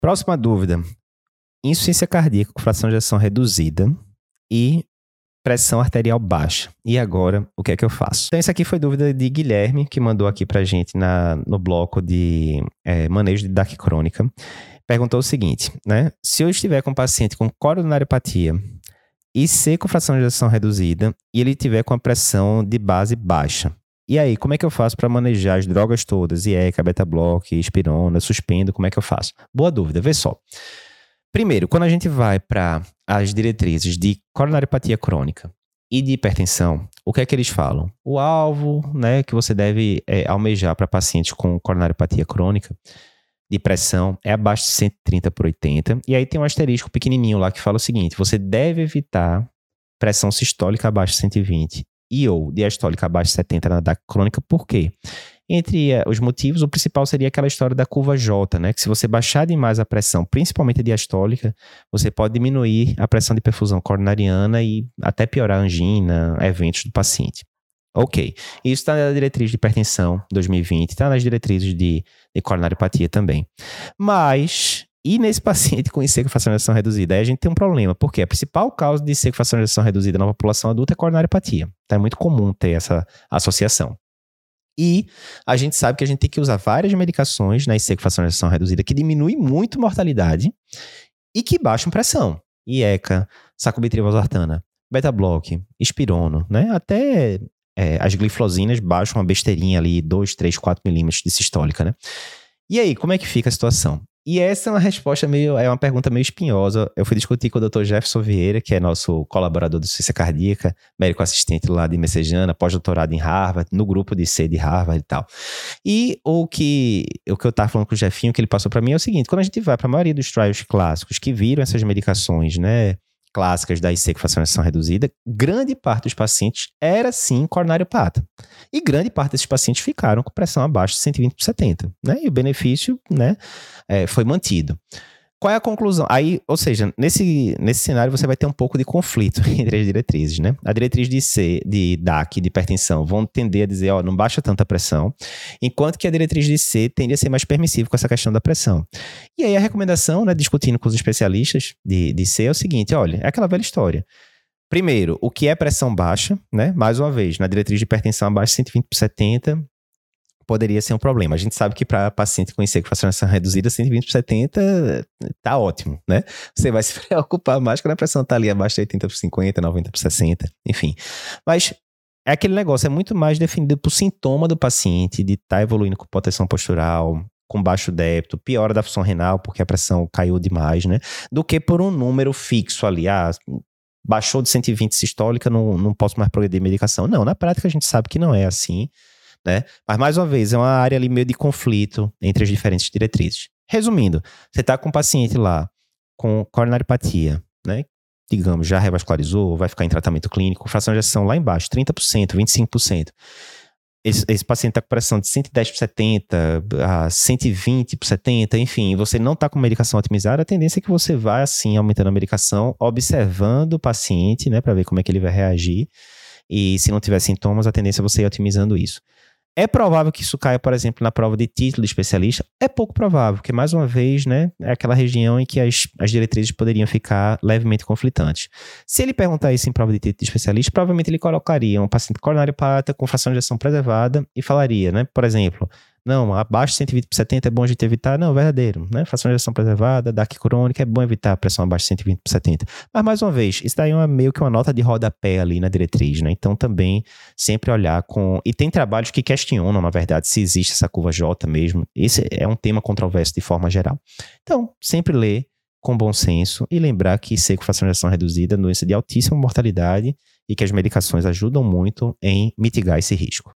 Próxima dúvida. Insuficiência cardíaca com fração de ejeção reduzida e pressão arterial baixa. E agora, o que é que eu faço? Então, isso aqui foi dúvida de Guilherme, que mandou aqui pra gente no bloco de manejo de DAC crônica. Perguntou o seguinte, né? Se eu estiver com um paciente com coronariopatia e C com fração de ejeção reduzida e ele tiver com a pressão de base baixa, e aí, como é que eu faço para manejar as drogas todas? IECA, beta-bloque, espirona, suspendo, como é que eu faço? Boa dúvida, vê só. Primeiro, quando a gente vai para as diretrizes de coronariopatia crônica e de hipertensão, o que é que eles falam? O alvo, né, que você deve almejar para pacientes com coronariopatia crônica de pressão é abaixo de 130/80. E aí tem um asterisco pequenininho lá que fala o seguinte, você deve evitar pressão sistólica abaixo de 120 e ou diastólica abaixo de 70 na DAC crônica. Por quê? Entre os motivos, o principal seria aquela história da curva J, né? Que se você baixar demais a pressão, principalmente a diastólica, você pode diminuir a pressão de perfusão coronariana e até piorar a angina, eventos do paciente. Ok. Isso está na diretriz de hipertensão 2020, está nas diretrizes de coronariopatia também. Mas, e nesse paciente com IC com fração de ejeção reduzida? Aí a gente tem um problema, porque a principal causa de IC com fração de ejeção reduzida na população adulta é coronariopatia. Então é muito comum ter essa associação. E a gente sabe que a gente tem que usar várias medicações na IC com fração de ejeção reduzida que diminuem muito mortalidade e que baixam pressão. IECA, sacubitril valsartana, beta-bloque, espirono, né? Até as gliflosinas baixam uma besteirinha ali, 2, 3, 4 milímetros de sistólica, né? E aí, como é que fica a situação? E essa é uma resposta uma pergunta meio espinhosa. Eu fui discutir com o Dr. Jefferson Vieira, que é nosso colaborador de insuficiência cardíaca, médico assistente lá de Messejana, pós-doutorado em Harvard, no grupo de C de Harvard e tal. E o que eu tava falando com o Jefinho, que ele passou para mim, é o seguinte, quando a gente vai para a maioria dos trials clássicos que viram essas medicações, né, clássicas da IC com fração de ejeção reduzida, grande parte dos pacientes era sim coronariopata. E grande parte desses pacientes ficaram com pressão abaixo de 120/70, né? E o benefício, né, foi mantido. Qual é a conclusão? Aí, ou seja, nesse cenário você vai ter um pouco de conflito entre as diretrizes, né? A diretriz de DAC, de hipertensão, vão tender a dizer, ó, não baixa tanta pressão, enquanto que a diretriz de C tende a ser mais permissiva com essa questão da pressão. E aí a recomendação, né, discutindo com os especialistas de C é o seguinte, olha, é aquela velha história. Primeiro, o que é pressão baixa, né? Mais uma vez, na diretriz de hipertensão abaixo de 120/70, poderia ser um problema. A gente sabe que para paciente com IC com fração de ejeção reduzida, 120/70 tá ótimo, né? Você vai se preocupar mais quando a pressão tá ali abaixo de 80/50, 90/60, enfim. Mas é aquele negócio, é muito mais definido por sintoma do paciente, de estar evoluindo com hipotensão postural, com baixo débito, piora da função renal porque a pressão caiu demais, né? Do que por um número fixo ali, baixou de 120 sistólica, não posso mais progredir medicação. Não, na prática a gente sabe que não é assim, né? Mas, mais uma vez, é uma área ali meio de conflito entre as diferentes diretrizes. Resumindo, você está com um paciente lá com coronariopatia, né? Digamos, já revascularizou, vai ficar em tratamento clínico, fração de ejeção lá embaixo, 30%, 25%. Esse paciente está com pressão de 110/70 a 120/70, enfim, você não está com medicação otimizada, a tendência é que você vai, assim, aumentando a medicação, observando o paciente, né, para ver como é que ele vai reagir. E se não tiver sintomas, a tendência é você ir otimizando isso. É provável que isso caia, por exemplo, na prova de título de especialista? É pouco provável, porque, mais uma vez, né, é aquela região em que as diretrizes poderiam ficar levemente conflitantes. Se ele perguntar isso em prova de título de especialista, provavelmente ele colocaria um paciente coronariopata com fração de ejeção preservada e falaria, né, por exemplo, não, abaixo de 120/70 é bom a gente evitar. Não, verdadeiro, né? Fração de ejeção preservada, DAC crônica, é bom evitar a pressão abaixo de 120/70. Mas, mais uma vez, isso daí é meio que uma nota de rodapé ali na diretriz, né? Então, também, sempre olhar com... E tem trabalhos que questionam, na verdade, se existe essa curva J mesmo. Esse é um tema controverso de forma geral. Então, sempre ler com bom senso e lembrar que IC com fração de ejeção reduzida é uma doença de altíssima mortalidade e que as medicações ajudam muito em mitigar esse risco.